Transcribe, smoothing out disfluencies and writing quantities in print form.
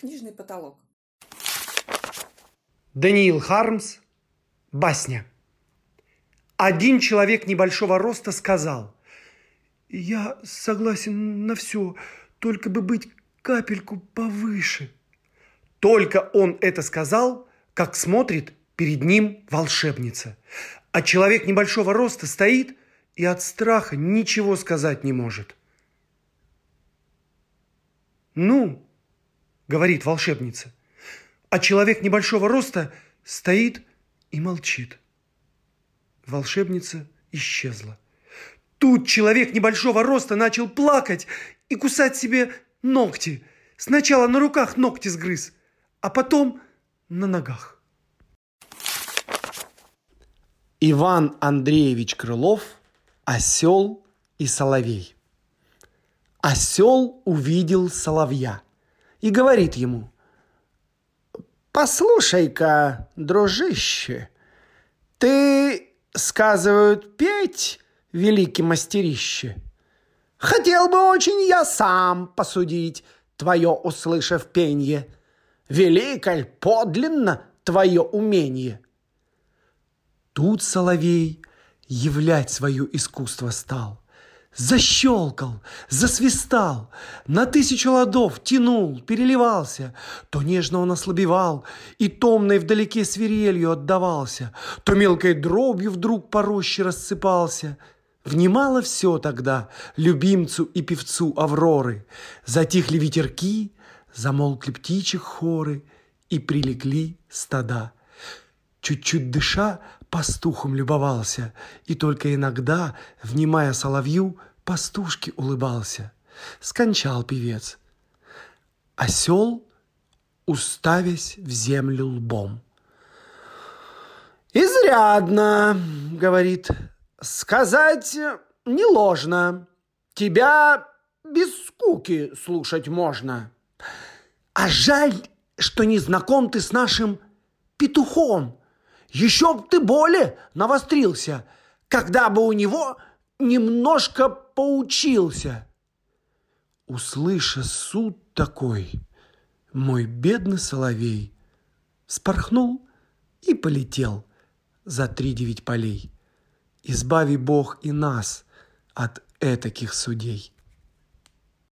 Книжный потолок. Даниил Хармс. Басня. Один человек небольшого роста сказал: «Я согласен на все, только бы быть капельку повыше». Только он это сказал, как смотрит перед ним волшебница. А человек небольшого роста стоит и от страха ничего сказать не может. «Ну», — говорит волшебница, а человек небольшого роста стоит и молчит. Волшебница исчезла. Тут человек небольшого роста начал плакать и кусать себе ногти. Сначала на руках ногти сгрыз, а потом на ногах. Иван Андреевич Крылов. Осел и соловей. Осел увидел соловья и говорит ему: «Послушай-ка, дружище, ты, сказывают, петь великий мастерище. Хотел бы очень я сам посудить твое, услышав пенье. Великоль подлинно твое умение». Тут соловей являть свое искусство стал. Защелкал, засвистал, на 1000 ладов тянул, переливался. То нежно он ослабевал и томной вдалеке свирелью отдавался, то мелкой дробью вдруг по роще рассыпался. Внимало все тогда любимцу и певцу Авроры. Затихли ветерки, замолкли птичьи хоры и прилегли стада. Чуть-чуть дыша, пастухом любовался, и только иногда, внимая соловью, пастушке улыбался. Скончал певец. Осел, уставясь в землю лбом. «Изрядно, — говорит, — сказать не ложно. Тебя без скуки слушать можно. А жаль, что не знаком ты с нашим петухом. Еще б ты более навострился, когда бы у него немножко поучился». Услыша суд такой, мой бедный соловей вспорхнул и полетел за 3-9 полей. Избави Бог и нас от этаких судей.